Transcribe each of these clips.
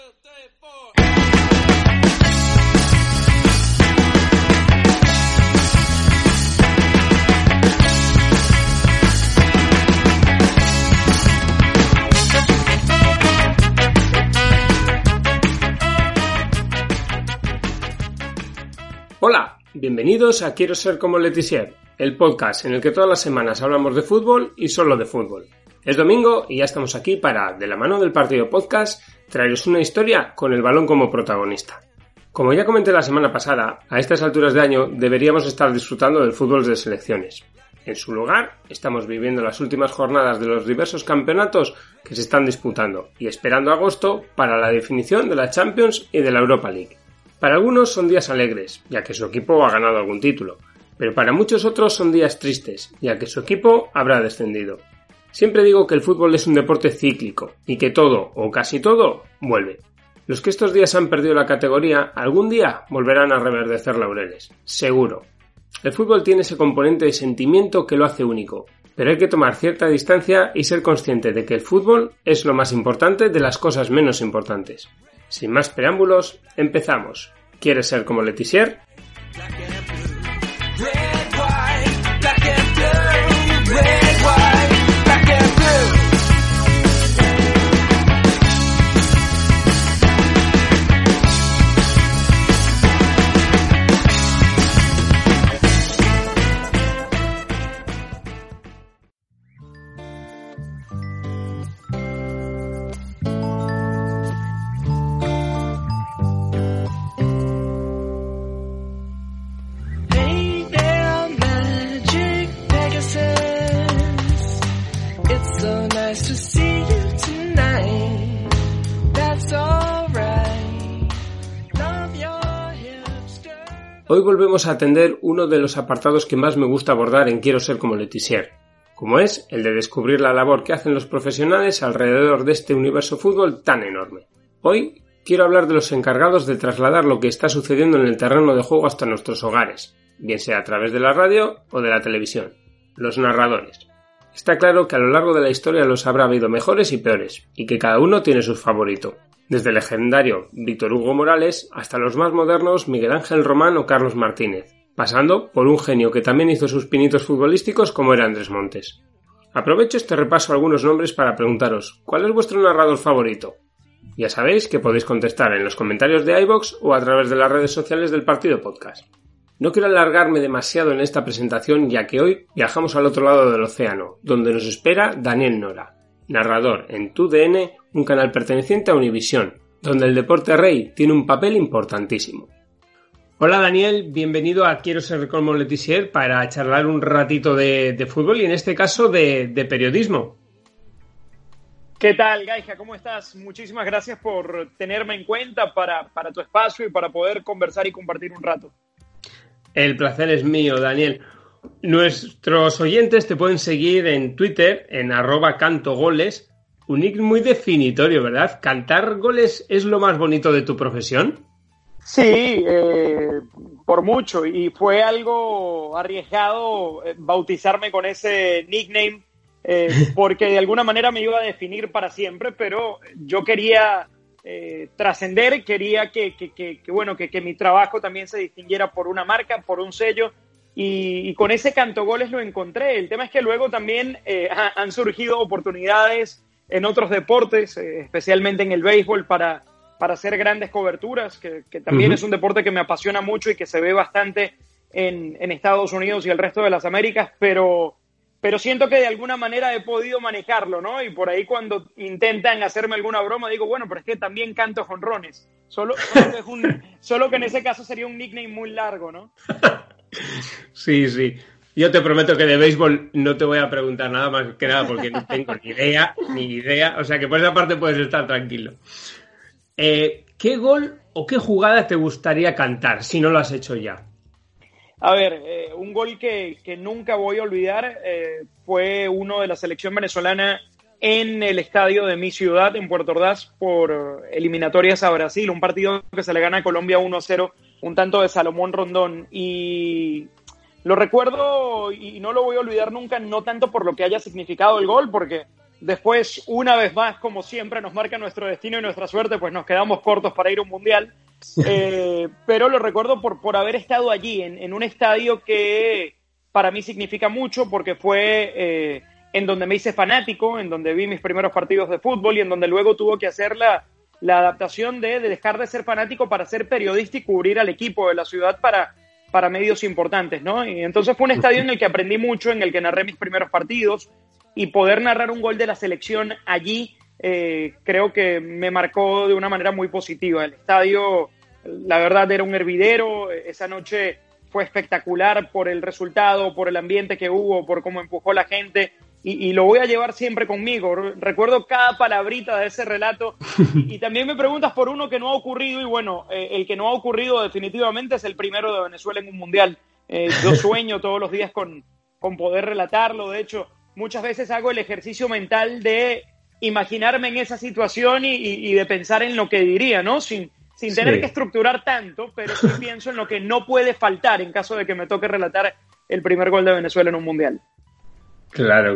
Hola, bienvenidos a Quiero ser como Letizier, el podcast en el que todas las semanas hablamos de fútbol y solo de fútbol. Es domingo y ya estamos aquí para, de la mano del Partido Podcast, traeros una historia con el balón como protagonista. Como ya comenté la semana pasada, a estas alturas de año deberíamos estar disfrutando del fútbol de selecciones. En su lugar, estamos viviendo las últimas jornadas de los diversos campeonatos que se están disputando y esperando agosto para la definición de la Champions y de la Europa League. Para algunos son días alegres, ya que su equipo ha ganado algún título, pero para muchos otros son días tristes, ya que su equipo habrá descendido. Siempre digo que el fútbol es un deporte cíclico, y que todo, o casi todo, vuelve. Los que estos días han perdido la categoría, algún día volverán a reverdecer laureles, seguro. El fútbol tiene ese componente de sentimiento que lo hace único, pero hay que tomar cierta distancia y ser consciente de que el fútbol es lo más importante de las cosas menos importantes. Sin más preámbulos, empezamos. ¿Quieres ser como Letizier? Hoy volvemos a atender uno de los apartados que más me gusta abordar en Quiero ser como Letizier, como es el de descubrir la labor que hacen los profesionales alrededor de este universo fútbol tan enorme. Hoy quiero hablar de los encargados de trasladar lo que está sucediendo en el terreno de juego hasta nuestros hogares, bien sea a través de la radio o de la televisión, los narradores. Está claro que a lo largo de la historia los habrá habido mejores y peores, y que cada uno tiene su favorito. Desde el legendario Víctor Hugo Morales hasta los más modernos Miguel Ángel Román o Carlos Martínez, pasando por un genio que también hizo sus pinitos futbolísticos como era Andrés Montes. Aprovecho este repaso a algunos nombres para preguntaros, ¿cuál es vuestro narrador favorito? Ya sabéis que podéis contestar en los comentarios de iVoox o a través de las redes sociales del Partido Podcast. No quiero alargarme demasiado en esta presentación ya que hoy viajamos al otro lado del océano, donde nos espera Daniel Nora, narrador en TUDN, un canal perteneciente a Univisión, donde el deporte rey tiene un papel importantísimo. Hola Daniel, bienvenido a Quiero ser como Letizier para charlar un ratito de fútbol y en este caso de periodismo. ¿Qué tal, Gaija? ¿Cómo estás? Muchísimas gracias por tenerme en cuenta para tu espacio y para poder conversar y compartir un rato. El placer es mío, Daniel. Nuestros oyentes te pueden seguir en Twitter, en @cantogoles, un nick muy definitorio, ¿verdad? ¿Cantar goles es lo más bonito de tu profesión? Sí, por mucho, y fue algo arriesgado bautizarme con ese nickname, porque de alguna manera me iba a definir para siempre, pero yo quería trascender, quería que mi trabajo también se distinguiera por una marca, por un sello, y con ese cantogoles lo encontré. El tema es que luego también han surgido oportunidades en otros deportes, especialmente en el béisbol, para hacer grandes coberturas, que también es un deporte que me apasiona mucho y que se ve bastante en Estados Unidos y el resto de las Américas, pero siento que de alguna manera he podido manejarlo, ¿no? Y por ahí cuando intentan hacerme alguna broma digo, bueno, pero es que también canto jonrones. Solo que en ese caso sería un nickname muy largo, ¿no? Sí. Yo te prometo que de béisbol no te voy a preguntar nada más que nada porque no tengo ni idea. O sea que por esa parte puedes estar tranquilo. ¿Qué gol o qué jugada te gustaría cantar si no lo has hecho ya? A ver, un gol que nunca voy a olvidar fue uno de la selección venezolana en el estadio de mi ciudad, en Puerto Ordaz, por eliminatorias a Brasil. Un partido que se le gana a Colombia 1-0, un tanto de Salomón Rondón. Y lo recuerdo y no lo voy a olvidar nunca, no tanto por lo que haya significado el gol, porque después, una vez más, como siempre, nos marca nuestro destino y nuestra suerte, pues nos quedamos cortos para ir a un mundial. Pero lo recuerdo por haber estado allí, en un estadio que para mí significa mucho, porque fue en donde me hice fanático, en donde vi mis primeros partidos de fútbol y en donde luego tuvo que hacer la adaptación de dejar de ser fanático para ser periodista y cubrir al equipo de la ciudad para medios importantes, ¿no? Y entonces fue un estadio en el que aprendí mucho, en el que narré mis primeros partidos, y poder narrar un gol de la selección allí creo que me marcó de una manera muy positiva. El estadio, la verdad, era un hervidero. Esa noche fue espectacular por el resultado, por el ambiente que hubo, por cómo empujó la gente, y lo voy a llevar siempre conmigo. Recuerdo cada palabrita de ese relato, y también me preguntas por uno que no ha ocurrido, y bueno, el que no ha ocurrido definitivamente es el primero de Venezuela en un mundial. Yo sueño todos los días con poder relatarlo. De hecho, muchas veces hago el ejercicio mental de imaginarme en esa situación y de pensar en lo que diría, ¿no? Sin tener que estructurar tanto, pero sí pienso en lo que no puede faltar en caso de que me toque relatar el primer gol de Venezuela en un mundial. Claro.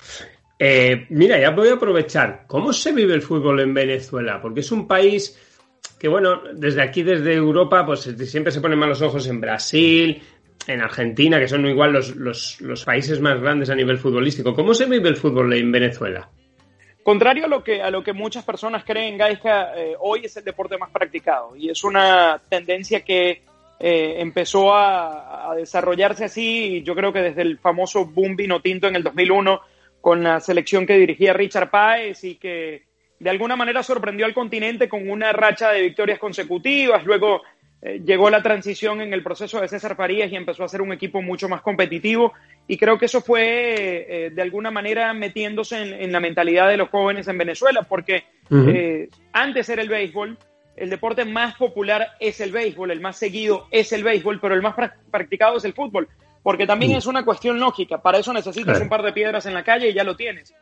Mira, ya voy a aprovechar. ¿Cómo se vive el fútbol en Venezuela? Porque es un país que, bueno, desde aquí, desde Europa, pues siempre se ponen malos ojos en Brasil, en Argentina, que son igual los países más grandes a nivel futbolístico. ¿Cómo se vive el fútbol en Venezuela? Contrario a lo que muchas personas creen, Gaizka, hoy es el deporte más practicado, y es una tendencia que empezó a desarrollarse así, y yo creo que desde el famoso boom vino tinto en el 2001 con la selección que dirigía Richard Páez, y que de alguna manera sorprendió al continente con una racha de victorias consecutivas. Luego llegó la transición en el proceso de César Farías y empezó a ser un equipo mucho más competitivo, y creo que eso fue de alguna manera metiéndose en la mentalidad de los jóvenes en Venezuela, porque antes era el béisbol, el deporte más popular es el béisbol, el más seguido es el béisbol, pero el más practicado es el fútbol, porque también es una cuestión lógica. Para eso necesitas un par de piedras en la calle y ya lo tienes.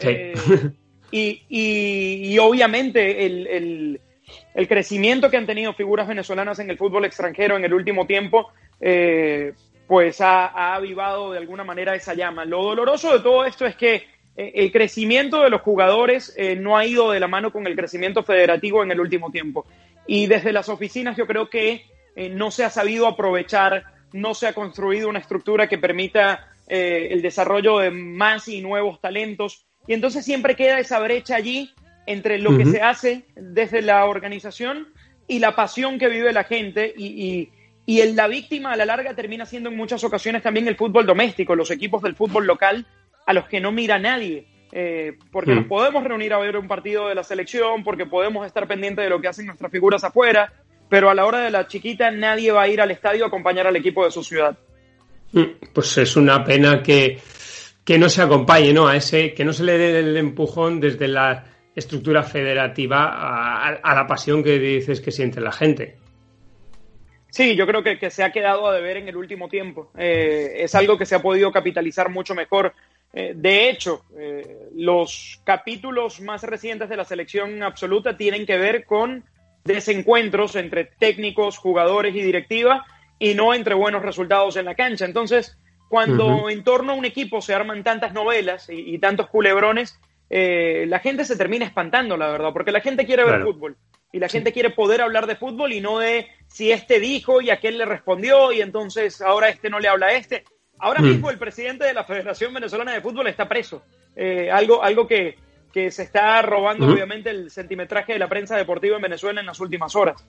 Y obviamente el crecimiento que han tenido figuras venezolanas en el fútbol extranjero en el último tiempo, pues ha avivado de alguna manera esa llama. Lo doloroso de todo esto es que el crecimiento de los jugadores no ha ido de la mano con el crecimiento federativo en el último tiempo. Y desde las oficinas yo creo que no se ha sabido aprovechar, no se ha construido una estructura que permita el desarrollo de más y nuevos talentos. Y entonces siempre queda esa brecha allí entre lo que se hace desde la organización y la pasión que vive la gente, y la víctima a la larga termina siendo en muchas ocasiones también el fútbol doméstico, los equipos del fútbol local a los que no mira nadie, porque nos podemos reunir a ver un partido de la selección, porque podemos estar pendientes de lo que hacen nuestras figuras afuera, pero a la hora de la chiquita nadie va a ir al estadio a acompañar al equipo de su ciudad. Pues es una pena que no se acompañe, ¿no? Que no se le dé el empujón desde la estructura federativa a la pasión que dices que siente la gente. Sí, yo creo que se ha quedado a deber en el último tiempo. Es algo que se ha podido capitalizar mucho mejor. De hecho, los capítulos más recientes de la selección absoluta tienen que ver con desencuentros entre técnicos, jugadores y directiva, y no entre buenos resultados en la cancha. Entonces, cuando en torno a un equipo se arman tantas novelas y tantos culebrones, la gente se termina espantando, la verdad, porque la gente quiere ver fútbol, y la gente quiere poder hablar de fútbol y no de si este dijo y aquel le respondió y entonces ahora este no le habla a este. Ahora mismo el presidente de la Federación Venezolana de Fútbol está preso, algo que se está robando obviamente el centimetraje de la prensa deportiva en Venezuela en las últimas horas.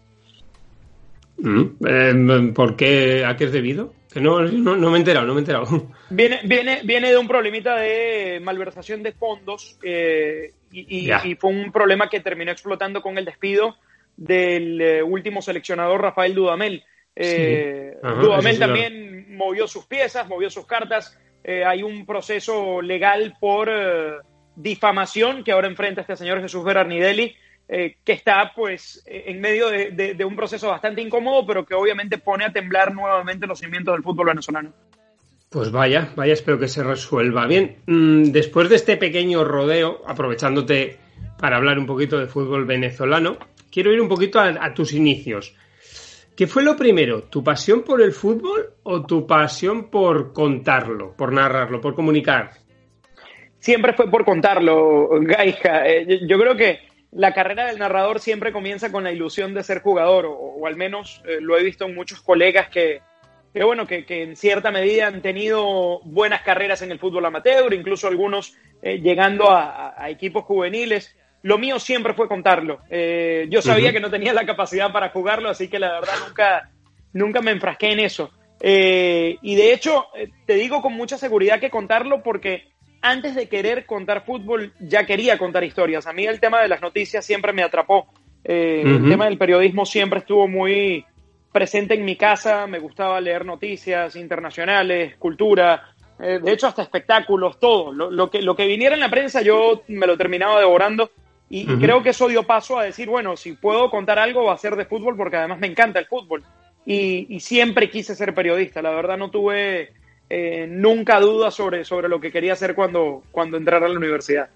¿Por qué? ¿A qué es debido? Que no me he enterado. Viene de un problemita de malversación de fondos, y fue un problema que terminó explotando con el despido del último seleccionador Rafael Dudamel. Dudamel también movió sus piezas, movió sus cartas. Hay un proceso legal por difamación que ahora enfrenta este señor Jesús Berarnidelli, que está pues en medio de un proceso bastante incómodo, pero que obviamente pone a temblar nuevamente los cimientos del fútbol venezolano. Pues vaya, espero que se resuelva. Bien, después de este pequeño rodeo, aprovechándote para hablar un poquito de fútbol venezolano, quiero ir un poquito a tus inicios. ¿Qué fue lo primero? ¿Tu pasión por el fútbol o tu pasión por contarlo, por narrarlo, por comunicar? siempre fue por contarlo, Gaisca. Yo creo que la carrera del narrador siempre comienza con la ilusión de ser jugador, o al menos lo he visto en muchos colegas que en cierta medida han tenido buenas carreras en el fútbol amateur, incluso algunos llegando a equipos juveniles. Lo mío siempre fue contarlo. Yo sabía que no tenía la capacidad para jugarlo, así que la verdad nunca me enfrasqué en eso. Y de hecho, te digo con mucha seguridad que contarlo porque antes de querer contar fútbol ya quería contar historias. A mí el tema de las noticias siempre me atrapó. El tema del periodismo siempre estuvo muy presente en mi casa. Me gustaba leer noticias internacionales, cultura, de hecho hasta espectáculos, todo. Lo que viniera en la prensa yo me lo terminaba devorando. Y creo que eso dio paso a decir, bueno, si puedo contar algo va a ser de fútbol porque además me encanta el fútbol. Y siempre quise ser periodista. La verdad no tuve nunca dudas sobre lo que quería hacer cuando entrara a la universidad.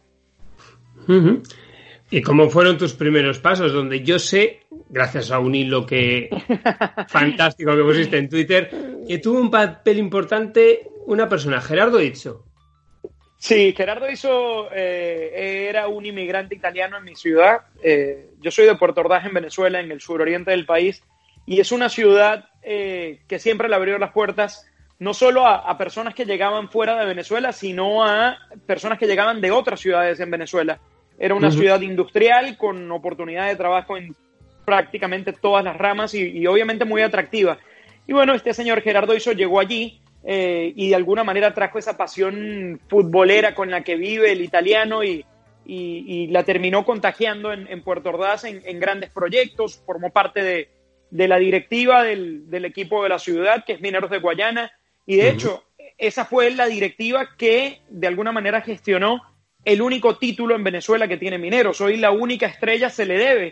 ¿Y cómo fueron tus primeros pasos? Donde yo sé, gracias a un hilo fantástico que pusiste en Twitter, que tuvo un papel importante una persona, Gerardo Izzo. Sí, Gerardo Izzo era un inmigrante italiano en mi ciudad. Yo soy de Puerto Ordaz, en Venezuela, en el suroriente del país, y es una ciudad que siempre le abrió las puertas no solo a personas que llegaban fuera de Venezuela, sino a personas que llegaban de otras ciudades en Venezuela. Era una ciudad industrial con oportunidad de trabajo en prácticamente todas las ramas y obviamente muy atractiva. Y bueno, este señor Gerardo Izzo llegó allí y de alguna manera trajo esa pasión futbolera con la que vive el italiano y la terminó contagiando en Puerto Ordaz en grandes proyectos. Formó parte de la directiva del equipo de la ciudad, que es Mineros de Guayana, y de hecho esa fue la directiva que de alguna manera gestionó el único título en Venezuela que tiene Mineros. Hoy la única estrella se le debe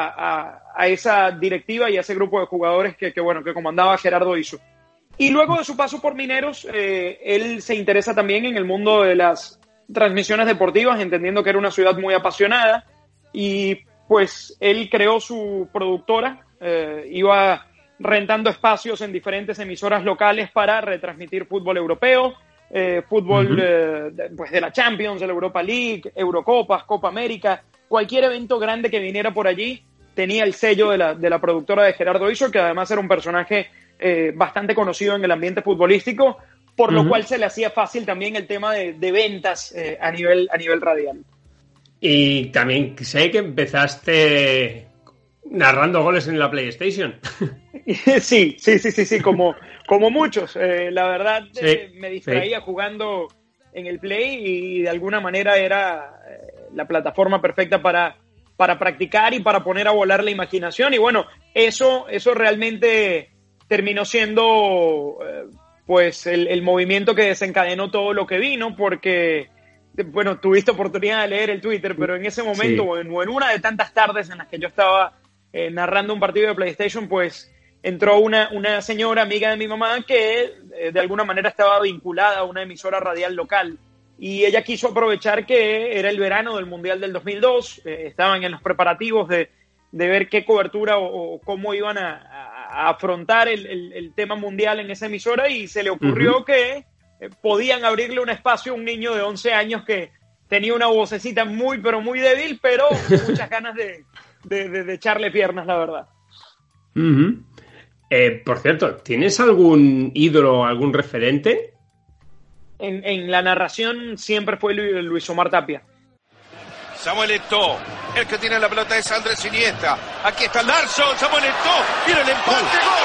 a esa directiva y a ese grupo de jugadores que comandaba Gerardo Izzo. Y luego de su paso por Mineros, él se interesa también en el mundo de las transmisiones deportivas, entendiendo que era una ciudad muy apasionada, y pues él creó su productora, iba rentando espacios en diferentes emisoras locales para retransmitir fútbol europeo, fútbol de la Champions, de la Europa League, Eurocopas, Copa América, cualquier evento grande que viniera por allí tenía el sello de la productora de Gerardo Izzo, que además era un personaje bastante conocido en el ambiente futbolístico, por lo cual se le hacía fácil también el tema de ventas a nivel radial. Y también sé que empezaste narrando goles en la PlayStation. Sí, como muchos. La verdad, me distraía jugando en el Play y de alguna manera era la plataforma perfecta para practicar y para poner a volar la imaginación. Y bueno, eso realmente terminó siendo pues el movimiento que desencadenó todo lo que vino, porque bueno, tuviste oportunidad de leer el Twitter, pero en ese momento o en una de tantas tardes en las que yo estaba narrando un partido de PlayStation, pues entró una señora amiga de mi mamá que de alguna manera estaba vinculada a una emisora radial local, y ella quiso aprovechar que era el verano del Mundial del 2002, estaban en los preparativos de ver qué cobertura o cómo iban a afrontar el tema mundial en esa emisora, y se le ocurrió que podían abrirle un espacio a un niño de 11 años que tenía una vocecita muy, pero muy débil, pero muchas ganas de echarle piernas, la verdad. Por cierto, ¿tienes algún ídolo, algún referente? En la narración siempre fue Luis Omar Tapia. Samuel Eto'o, el que tiene la pelota es Andrés Iniesta. Aquí está Larsson, Samuel Eto'o, quiere el empate, ¡gol!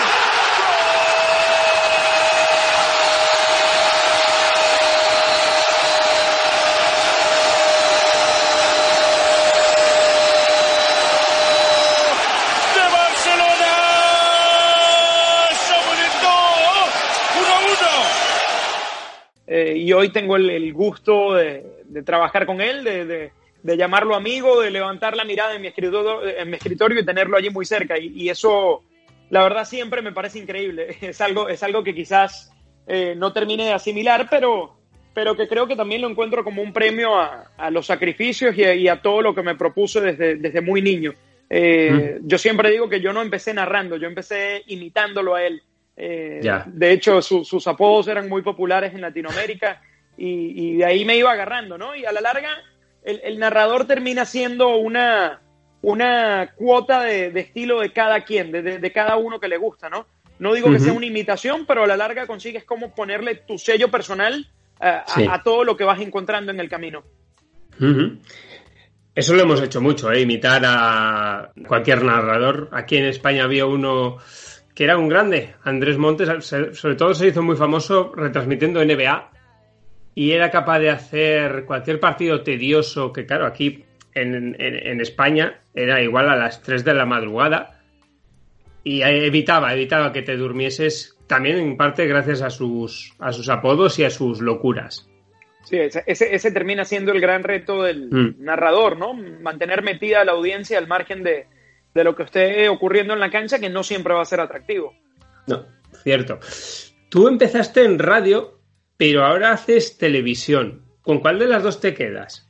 Y hoy tengo el gusto de trabajar con él, de llamarlo amigo, de levantar la mirada en mi escritorio y tenerlo allí muy cerca. Y eso, la verdad, siempre me parece increíble. Es algo que quizás no termine de asimilar, pero que creo que también lo encuentro como un premio a los sacrificios y a todo lo que me propuse desde muy niño. Yo siempre digo que yo no empecé narrando, yo empecé imitándolo a él. De hecho, sus apodos eran muy populares en Latinoamérica y de ahí me iba agarrando, ¿no? Y a la larga el narrador termina siendo una cuota de estilo de cada quien, de cada uno que le gusta, ¿no? No digo que sea una imitación, pero a la larga consigues como ponerle tu sello personal a todo lo que vas encontrando en el camino. Eso lo hemos hecho mucho, imitar a cualquier narrador. Aquí en España había uno que era un grande, Andrés Montes, sobre todo se hizo muy famoso retransmitiendo NBA y era capaz de hacer cualquier partido tedioso, que claro, aquí en España era igual a las 3 de la madrugada y evitaba que te durmieses, también en parte gracias a sus apodos y a sus locuras. Sí, ese termina siendo el gran reto del narrador, ¿no? Mantener metida a la audiencia al margen de lo que esté ocurriendo en la cancha, que no siempre va a ser atractivo. No, cierto. Tú empezaste en radio, pero ahora haces televisión. ¿Con cuál de las dos te quedas?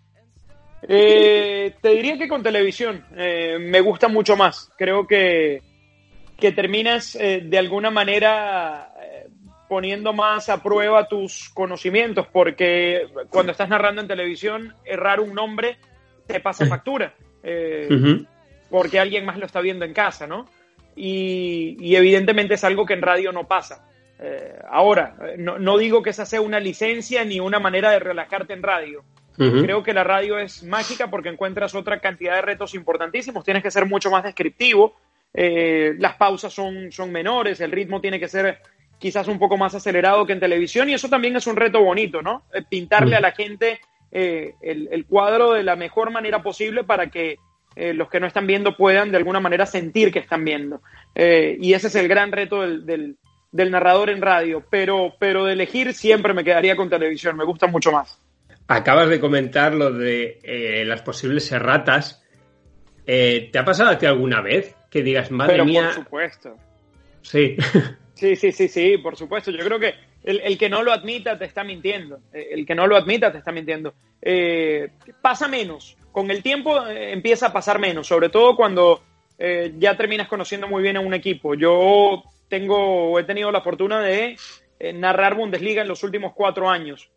Te diría que con televisión. Me gusta mucho más. Creo que terminas de alguna manera poniendo más a prueba tus conocimientos, porque cuando estás narrando en televisión, errar un nombre te pasa factura. Porque alguien más lo está viendo en casa, ¿no? Y evidentemente es algo que en radio no pasa. Ahora, no digo que esa sea una licencia ni una manera de relajarte en radio. Creo que la radio es mágica porque encuentras otra cantidad de retos importantísimos. Tienes que ser mucho más descriptivo. Las pausas son menores. El ritmo tiene que ser quizás un poco más acelerado que en televisión. Y eso también es un reto bonito, ¿no? Pintarle a la gente el cuadro de la mejor manera posible para que los que no están viendo puedan de alguna manera sentir que están viendo. Y ese es el gran reto del narrador en radio. Pero de elegir siempre me quedaría con televisión. Me gusta mucho más. Acabas de comentar lo de las posibles erratas. ¿Te ha pasado a ti alguna vez que digas, madre mía? Por supuesto. Sí. Sí, por supuesto. Yo creo que el que no lo admita te está mintiendo. El que no lo admita te está mintiendo. Pasa menos. Con el tiempo empieza a pasar menos, sobre todo cuando ya terminas conociendo muy bien a un equipo. Yo he tenido la fortuna de narrar Bundesliga en los últimos 4 años.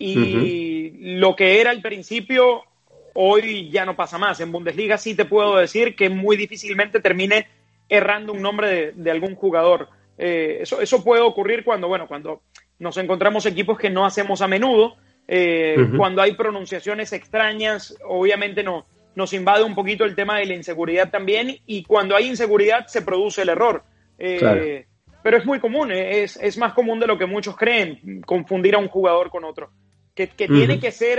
Y lo que era al principio, hoy ya no pasa más. En Bundesliga sí te puedo decir que muy difícilmente termine errando un nombre de algún jugador. Eso puede ocurrir cuando nos encontramos equipos que no hacemos a menudo. Cuando hay pronunciaciones extrañas, obviamente nos invade un poquito el tema de la inseguridad también, y cuando hay inseguridad se produce el error. Claro. Pero es muy común, es más común de lo que muchos creen, confundir a un jugador con otro. Que tiene que ser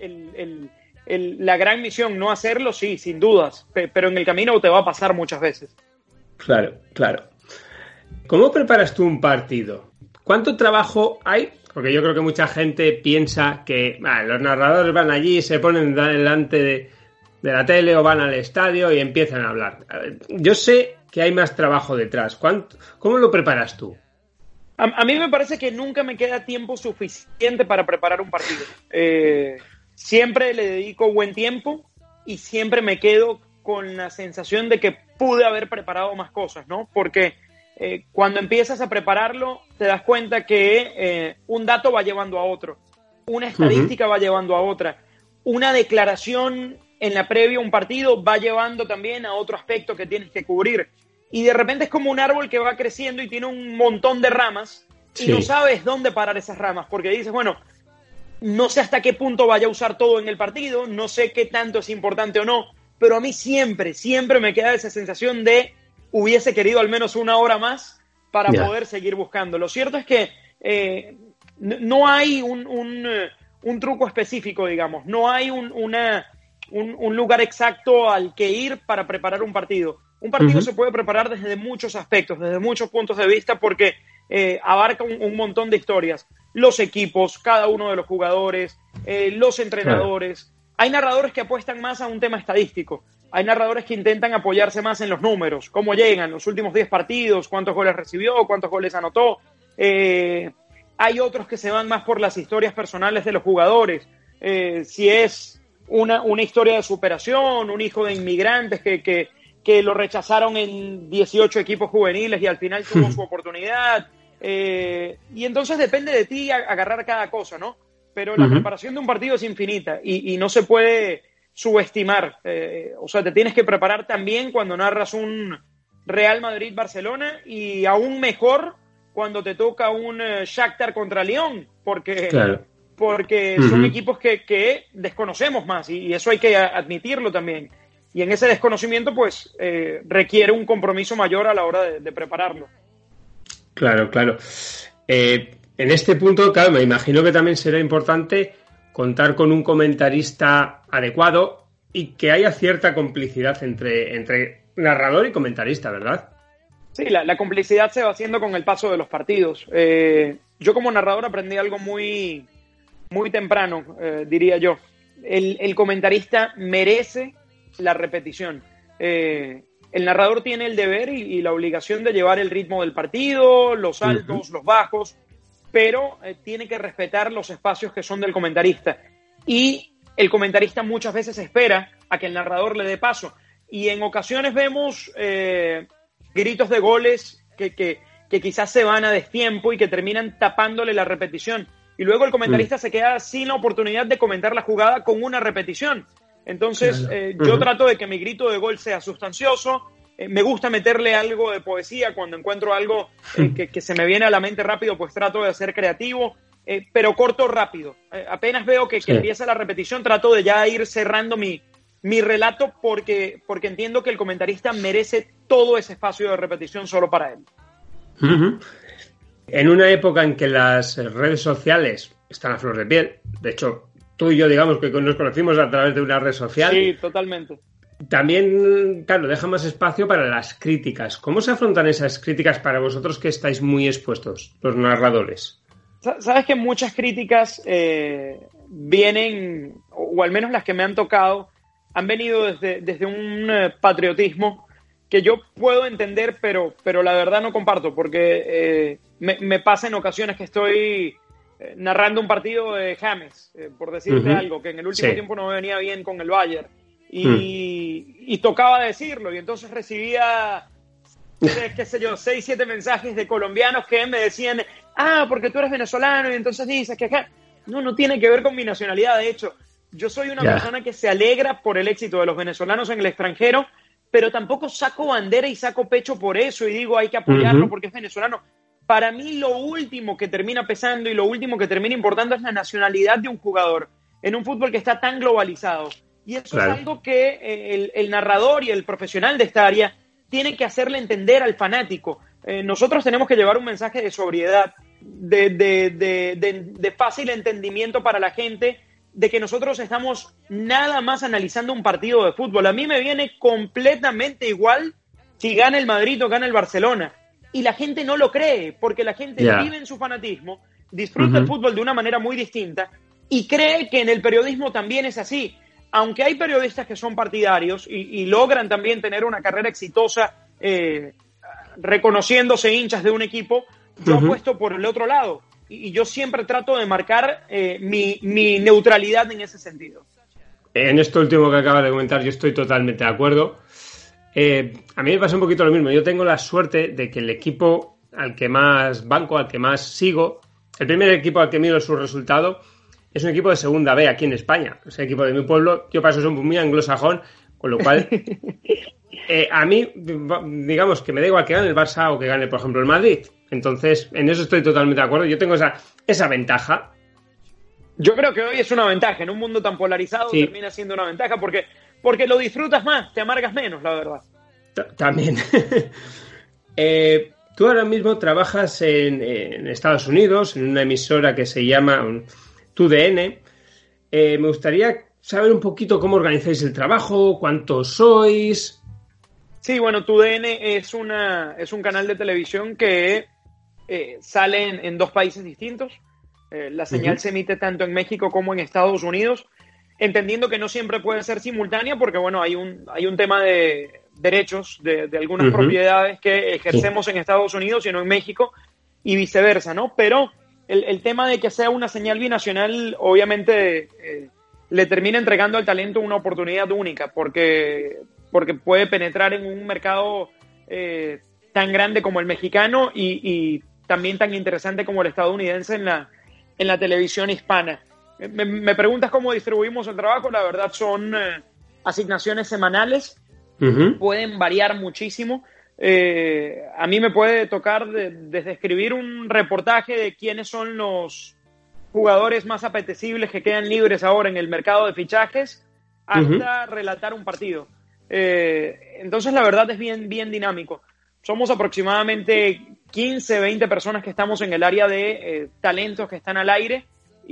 la gran misión, no hacerlo, sí, sin dudas, pero en el camino te va a pasar muchas veces. Claro. ¿Cómo preparas tú un partido? ¿Cuánto trabajo hay? Porque yo creo que mucha gente piensa que los narradores van allí, se ponen delante de la tele o van al estadio y empiezan a hablar. Yo sé que hay más trabajo detrás. ¿Cómo lo preparas tú? A mí me parece que nunca me queda tiempo suficiente para preparar un partido. Siempre le dedico buen tiempo y siempre me quedo con la sensación de que pude haber preparado más cosas, ¿no? Porque cuando empiezas a prepararlo te das cuenta que un dato va llevando a otro, una estadística va llevando a otra, una declaración en la previa a un partido va llevando también a otro aspecto que tienes que cubrir. Y de repente es como un árbol que va creciendo y tiene un montón de ramas y no sabes dónde parar esas ramas, porque dices, bueno, no sé hasta qué punto vaya a usar todo en el partido, no sé qué tanto es importante o no, pero a mí siempre me queda esa sensación de hubiese querido al menos una hora más para poder seguir buscando. Lo cierto es que no hay un truco específico, digamos, no hay un lugar exacto al que ir para preparar un partido. Un partido se puede preparar desde muchos aspectos, desde muchos puntos de vista, porque abarca un montón de historias. Los equipos, cada uno de los jugadores, los entrenadores. Claro. Hay narradores que apuestan más a un tema estadístico. Hay narradores que intentan apoyarse más en los números, cómo llegan, los últimos 10 partidos, cuántos goles recibió, cuántos goles anotó. Hay otros que se van más por las historias personales de los jugadores. Si es una historia de superación, un hijo de inmigrantes que lo rechazaron en 18 equipos juveniles y al final tuvo su oportunidad. Y entonces depende de ti agarrar cada cosa, ¿no? pero la preparación de un partido es infinita y no se puede subestimar. O sea, te tienes que preparar también cuando narras un Real Madrid-Barcelona y aún mejor cuando te toca un Shakhtar contra Lyon, porque son equipos que desconocemos más y eso hay que admitirlo también. Y en ese desconocimiento, pues, requiere un compromiso mayor a la hora de prepararlo. Claro. En este punto, claro, me imagino que también será importante contar con un comentarista adecuado y que haya cierta complicidad entre narrador y comentarista, ¿verdad? Sí, la complicidad se va haciendo con el paso de los partidos. Yo como narrador aprendí algo muy, muy temprano, diría yo. El comentarista merece la repetición. El narrador tiene el deber y la obligación de llevar el ritmo del partido, los altos, los bajos, pero tiene que respetar los espacios que son del comentarista. Y el comentarista muchas veces espera a que el narrador le dé paso. Y en ocasiones vemos gritos de goles que quizás se van a destiempo y que terminan tapándole la repetición. Y luego el comentarista se queda sin la oportunidad de comentar la jugada con una repetición. Entonces, yo trato de que mi grito de gol sea sustancioso. Me gusta meterle algo de poesía cuando encuentro algo que se me viene a la mente rápido, pues trato de ser creativo, pero corto rápido. Apenas veo que empieza la repetición, trato de ya ir cerrando mi relato porque entiendo que el comentarista merece todo ese espacio de repetición solo para él. En una época en que las redes sociales están a flor de piel, de hecho, tú y yo, digamos que nos conocimos a través de una red social. Sí, totalmente. También, claro, deja más espacio para las críticas. ¿Cómo se afrontan esas críticas para vosotros que estáis muy expuestos, los narradores? Sabes que muchas críticas vienen, o al menos las que me han tocado, han venido desde un patriotismo que yo puedo entender, pero la verdad no comparto, porque me pasa en ocasiones que estoy narrando un partido de James, por decirte algo, que en el último tiempo no me venía bien con el Bayern. Y tocaba decirlo, y entonces recibía, qué sé yo, 6, 7 mensajes de colombianos que me decían, porque tú eres venezolano, y entonces dices que acá... No tiene que ver con mi nacionalidad. De hecho, yo soy una persona que se alegra por el éxito de los venezolanos en el extranjero, pero tampoco saco bandera y saco pecho por eso y digo hay que apoyarlo porque es venezolano. Para mí lo último que termina pesando y lo último que termina importando es la nacionalidad de un jugador en un fútbol que está tan globalizado. Y eso es algo que el narrador y el profesional de esta área tiene que hacerle entender al fanático. Nosotros tenemos que llevar un mensaje de sobriedad, de fácil entendimiento para la gente, de que nosotros estamos nada más analizando un partido de fútbol. A mí me viene completamente igual si gana el Madrid o gana el Barcelona. Y la gente no lo cree, porque la gente vive en su fanatismo, disfruta el fútbol de una manera muy distinta y cree que en el periodismo también es así. Aunque hay periodistas que son partidarios y logran también tener una carrera exitosa reconociéndose hinchas de un equipo, yo apuesto por el otro lado. Y yo siempre trato de marcar mi neutralidad en ese sentido. En esto último que acabas de comentar, yo estoy totalmente de acuerdo. A mí me pasa un poquito lo mismo. Yo tengo la suerte de que el equipo al que más banco, al que más sigo, el primer equipo al que miro su resultado, es un equipo de segunda B aquí en España. Es el equipo de mi pueblo. Yo para eso soy muy anglosajón, con lo cual a mí, digamos que me da igual que gane el Barça o que gane, por ejemplo, el Madrid. Entonces, en eso estoy totalmente de acuerdo. Yo tengo esa ventaja. Yo creo que hoy es una ventaja. En un mundo tan polarizado termina siendo una ventaja porque lo disfrutas más, te amargas menos, la verdad. También. Tú ahora mismo trabajas en Estados Unidos, en una emisora que se llama TUDN. Me gustaría saber un poquito cómo organizáis el trabajo, cuántos sois. Sí, bueno, TUDN es un canal de televisión que sale en 2 países distintos. La señal se emite tanto en México como en Estados Unidos, entendiendo que no siempre puede ser simultánea porque, bueno, hay un tema de derechos de algunas propiedades que ejercemos en Estados Unidos y no en México y viceversa, ¿no? Pero el tema de que sea una señal binacional obviamente le termina entregando al talento una oportunidad única porque puede penetrar en un mercado tan grande como el mexicano y también tan interesante como el estadounidense en la televisión hispana. Me preguntas cómo distribuimos el trabajo, la verdad son asignaciones semanales, pueden variar muchísimo. A mí me puede tocar desde escribir un reportaje de quiénes son los jugadores más apetecibles que quedan libres ahora en el mercado de fichajes, hasta relatar un partido. Entonces la verdad es bien dinámico. Somos aproximadamente 15, 20 personas que estamos en el área de talentos que están al aire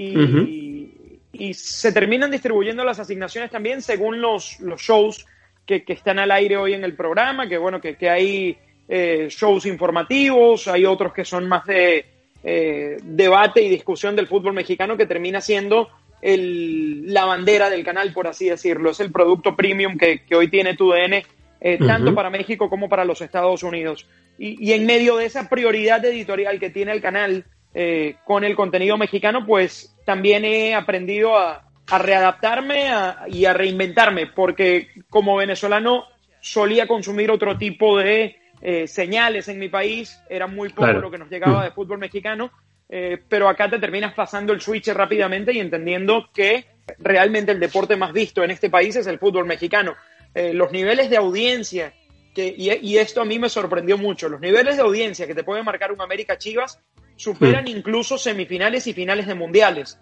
y se terminan distribuyendo las asignaciones también según los shows que están al aire hoy en el programa, que bueno, que hay shows informativos, hay otros que son más de debate y discusión del fútbol mexicano, que termina siendo la bandera del canal, por así decirlo. Es el producto premium que hoy tiene TUDN, tanto para México como para los Estados Unidos. Y en medio de esa prioridad editorial que tiene el canal con el contenido mexicano, pues también he aprendido a readaptarme y a reinventarme, porque como venezolano solía consumir otro tipo de señales en mi país, era muy poco lo que nos llegaba de fútbol mexicano, pero acá te terminas pasando el switch rápidamente y entendiendo que realmente el deporte más visto en este país es el fútbol mexicano. Los niveles de audiencia, y esto a mí me sorprendió mucho, los niveles de audiencia que te puede marcar un América Chivas superan incluso semifinales y finales de mundiales.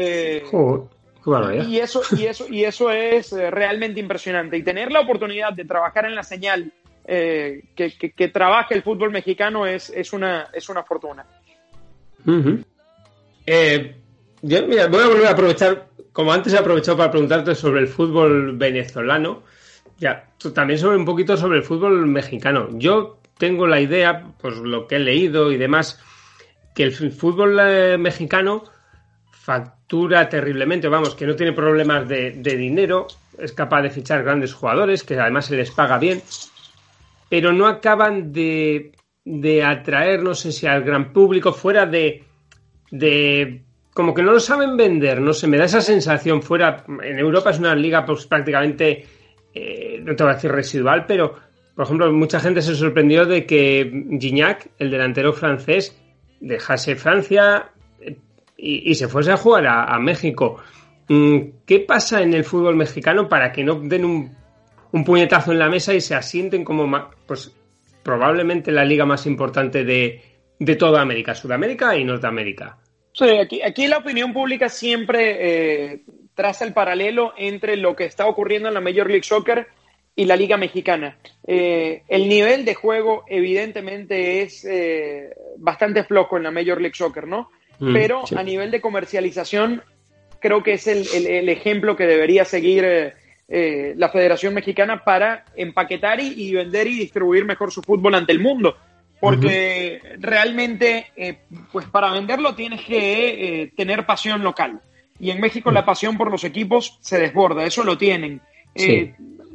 Y eso es realmente impresionante. Y tener la oportunidad de trabajar en la señal que trabaja el fútbol mexicano es una fortuna. Yo voy a volver a aprovechar, como antes he aprovechado para preguntarte sobre el fútbol venezolano, también un poquito sobre el fútbol mexicano. Yo tengo la idea, pues lo que he leído y demás, que el fútbol mexicano factura terriblemente, que no tiene problemas de dinero, es capaz de fichar grandes jugadores, que además se les paga bien, pero no acaban de atraer, no sé si al gran público, fuera de como que no lo saben vender, no sé, me da esa sensación. Fuera, en Europa es una liga pues prácticamente, no te voy a decir residual, pero por ejemplo mucha gente se sorprendió de que Gignac, el delantero francés, dejase Francia y se fuese a jugar a México. ¿Qué pasa en el fútbol mexicano para que no den un puñetazo en la mesa y se asienten como pues probablemente la liga más importante de toda América, Sudamérica y Norteamérica? Sí, aquí la opinión pública siempre traza el paralelo entre lo que está ocurriendo en la Major League Soccer y la Liga Mexicana. El nivel de juego evidentemente es bastante flojo en la Major League Soccer, ¿no? Pero sí, a nivel de comercialización creo que es el ejemplo que debería seguir la Federación Mexicana para empaquetar y vender y distribuir mejor su fútbol ante el mundo. Porque realmente, pues para venderlo tienes que tener pasión local. Y en México la pasión por los equipos se desborda, eso lo tienen. Sí.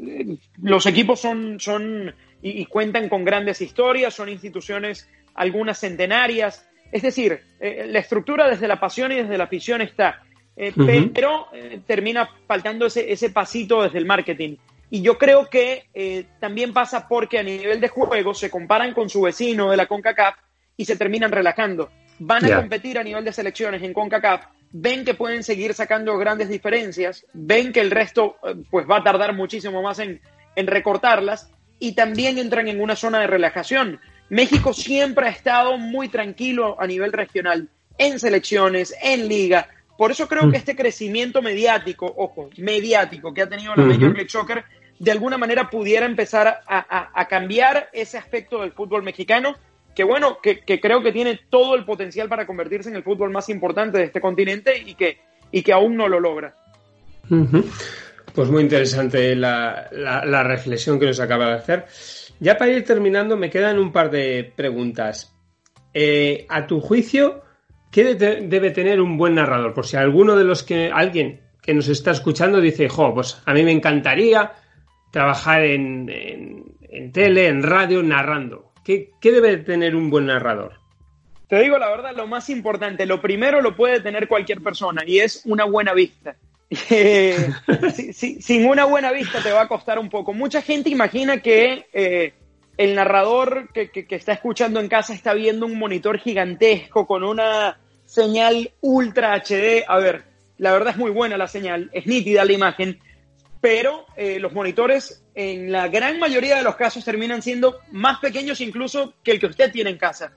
Los equipos son y cuentan con grandes historias, son instituciones, algunas centenarias. Es decir, la estructura desde la pasión y desde la afición está. Pero termina faltando ese pasito desde el marketing. Y yo creo que también pasa porque a nivel de juego se comparan con su vecino de la CONCACAF y se terminan relajando. Van a competir a nivel de selecciones en CONCACAF, ven que pueden seguir sacando grandes diferencias, ven que el resto pues va a tardar muchísimo más en recortarlas y también entran en una zona de relajación. México siempre ha estado muy tranquilo a nivel regional, en selecciones, en liga. Por eso creo que este crecimiento mediático que ha tenido la Major League Soccer, de alguna manera pudiera empezar a cambiar ese aspecto del fútbol mexicano, que bueno, que creo que tiene todo el potencial para convertirse en el fútbol más importante de este continente y que aún no lo logra. Pues muy interesante la reflexión que nos acaba de hacer. Ya para ir terminando, me quedan un par de preguntas. A tu juicio, ¿qué debe tener un buen narrador? Por si alguno de alguien que nos está escuchando dice, pues a mí me encantaría trabajar en tele, en radio, narrando. ¿Qué debe tener un buen narrador? Te digo la verdad, lo más importante, lo primero lo puede tener cualquier persona y es una buena vista. Sin una buena vista te va a costar un poco. Mucha gente imagina que el narrador que está escuchando en casa está viendo un monitor gigantesco con una señal ultra HD. A ver, la verdad es muy buena la señal, es nítida la imagen, pero los monitores en la gran mayoría de los casos terminan siendo más pequeños incluso que el que usted tiene en casa.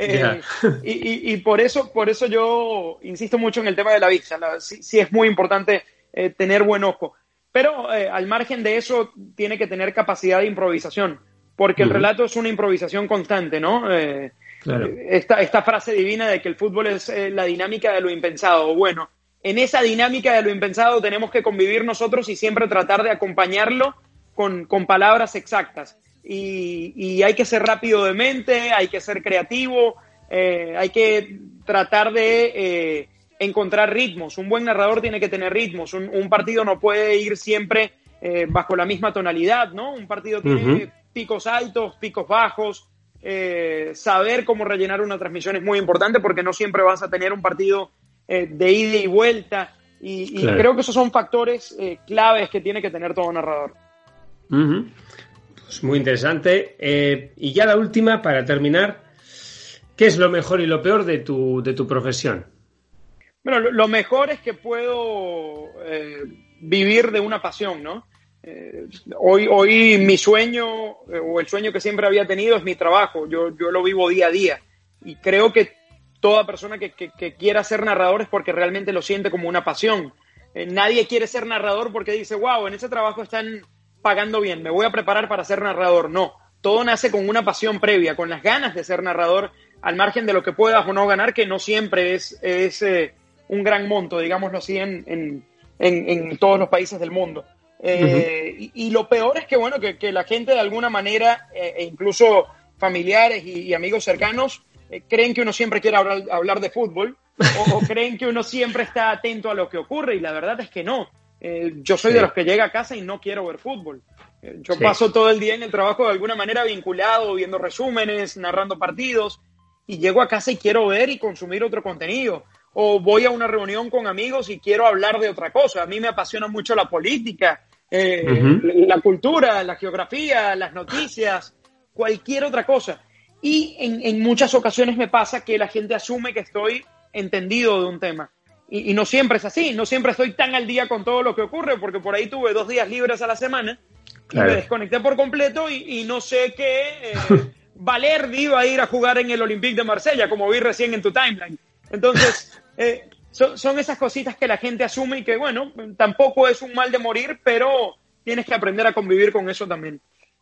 Y por eso yo insisto mucho en el tema de la vista. Sí es muy importante tener buen ojo. Pero al margen de eso, tiene que tener capacidad de improvisación, porque el relato es una improvisación constante, ¿no? Claro. Esta frase divina de que el fútbol es la dinámica de lo impensado. Bueno, en esa dinámica de lo impensado tenemos que convivir nosotros y siempre tratar de acompañarlo con palabras exactas. Y hay que ser rápido de mente, hay que ser creativo, hay que tratar de encontrar ritmos. Un buen narrador tiene que tener ritmos. Un partido no puede ir siempre bajo la misma tonalidad, ¿no? Un partido tiene picos altos, picos bajos. Saber cómo rellenar una transmisión es muy importante porque no siempre vas a tener un partido de ida y vuelta. Y claro, creo que esos son factores claves que tiene que tener todo narrador. Pues muy interesante. Y ya la última, para terminar, ¿qué es lo mejor y lo peor de tu profesión? Bueno, lo mejor es que puedo vivir de una pasión, ¿no? Hoy mi sueño, o el sueño que siempre había tenido, es mi trabajo. Yo lo vivo día a día. Y creo que toda persona que quiera ser narrador es porque realmente lo siente como una pasión. Nadie quiere ser narrador porque dice, wow, en ese trabajo están pagando bien, me voy a preparar para ser narrador. No, todo nace con una pasión previa, con las ganas de ser narrador, al margen de lo que puedas o no ganar, que no siempre es un gran monto, digámoslo así, en todos los países del mundo. Y lo peor es que, bueno, que la gente de alguna manera, e incluso familiares y amigos cercanos, creen que uno siempre quiere hablar de fútbol o creen que uno siempre está atento a lo que ocurre, y la verdad es que no. Yo soy de los que llega a casa y no quiero ver fútbol. Yo paso todo el día en el trabajo de alguna manera vinculado, viendo resúmenes, narrando partidos, y llego a casa y quiero ver y consumir otro contenido. O voy a una reunión con amigos y quiero hablar de otra cosa. A mí me apasiona mucho la política, la cultura, la geografía, las noticias, cualquier otra cosa. Y en muchas ocasiones me pasa que la gente asume que estoy entendido de un tema. Y no siempre es así, no siempre estoy tan al día con todo lo que ocurre, porque por ahí tuve 2 días libres a la semana, claro, y me desconecté por completo y no sé que Valerdi iba a ir a jugar en el Olympique de Marsella, como vi recién en tu timeline. Entonces, son esas cositas que la gente asume y que, bueno, tampoco es un mal de morir, pero tienes que aprender a convivir con eso también.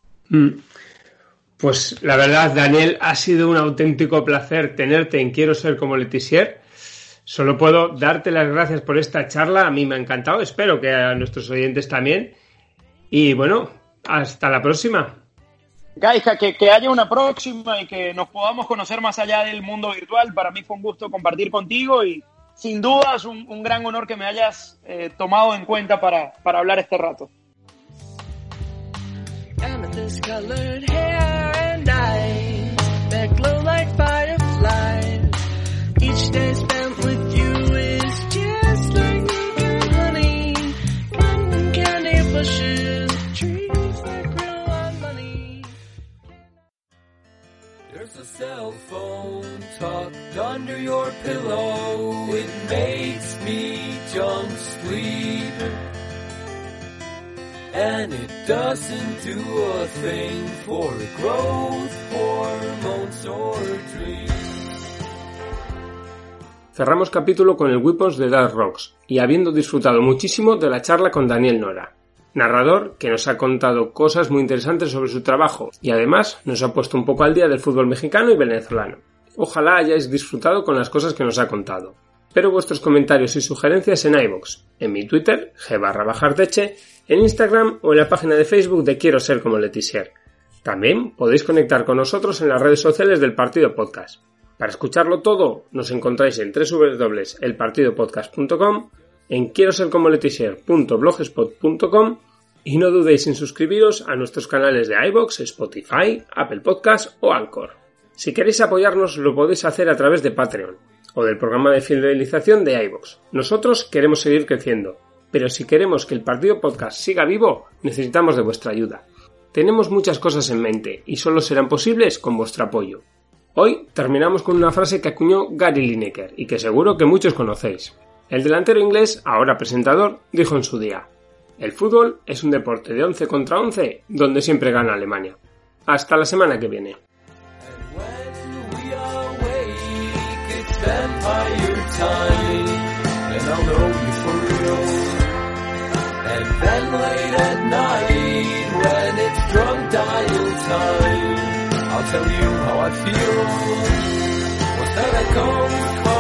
Pues la verdad, Daniel, ha sido un auténtico placer tenerte en Quiero Ser Como Letizia. Solo puedo darte las gracias por esta charla. A mí me ha encantado, espero que a nuestros oyentes también. Y bueno, hasta la próxima. Gaisca, que haya una próxima y que nos podamos conocer más allá del mundo virtual. Para mí fue un gusto compartir contigo y sin duda es un gran honor que me hayas tomado en cuenta para hablar este rato. Amethyst colored hair and eyes that glow like fireflies. Each day spent with you is just like milk and honey. Cotton candy bushes, trees that grow on money. There's a cell phone tucked under your pillow. It makes me jump sleep. And it doesn't do a thing for growth hormones or dreams. Cerramos capítulo con el Weapons de Dark Rocks y habiendo disfrutado muchísimo de la charla con Daniel Nora, narrador que nos ha contado cosas muy interesantes sobre su trabajo y además nos ha puesto un poco al día del fútbol mexicano y venezolano. Ojalá hayáis disfrutado con las cosas que nos ha contado. Espero vuestros comentarios y sugerencias en iVoox, en mi Twitter, g_Arteche, en Instagram o en la página de Facebook de Quiero Ser Como Letizia. También podéis conectar con nosotros en las redes sociales del Partido Podcast. Para escucharlo todo, nos encontráis en www.elpartidopodcast.com, en quierosercomoletizia.blogspot.com y no dudéis en suscribiros a nuestros canales de iVoox, Spotify, Apple Podcast o Anchor. Si queréis apoyarnos, lo podéis hacer a través de Patreon o del programa de fidelización de iVoox. Nosotros queremos seguir creciendo, pero si queremos que el Partido Podcast siga vivo, necesitamos de vuestra ayuda. Tenemos muchas cosas en mente y solo serán posibles con vuestro apoyo. Hoy terminamos con una frase que acuñó Gary Lineker y que seguro que muchos conocéis. El delantero inglés, ahora presentador, dijo en su día: el fútbol es un deporte de 11 contra 11 donde siempre gana Alemania. Hasta la semana que viene. I'll tell you how I feel. What's that I come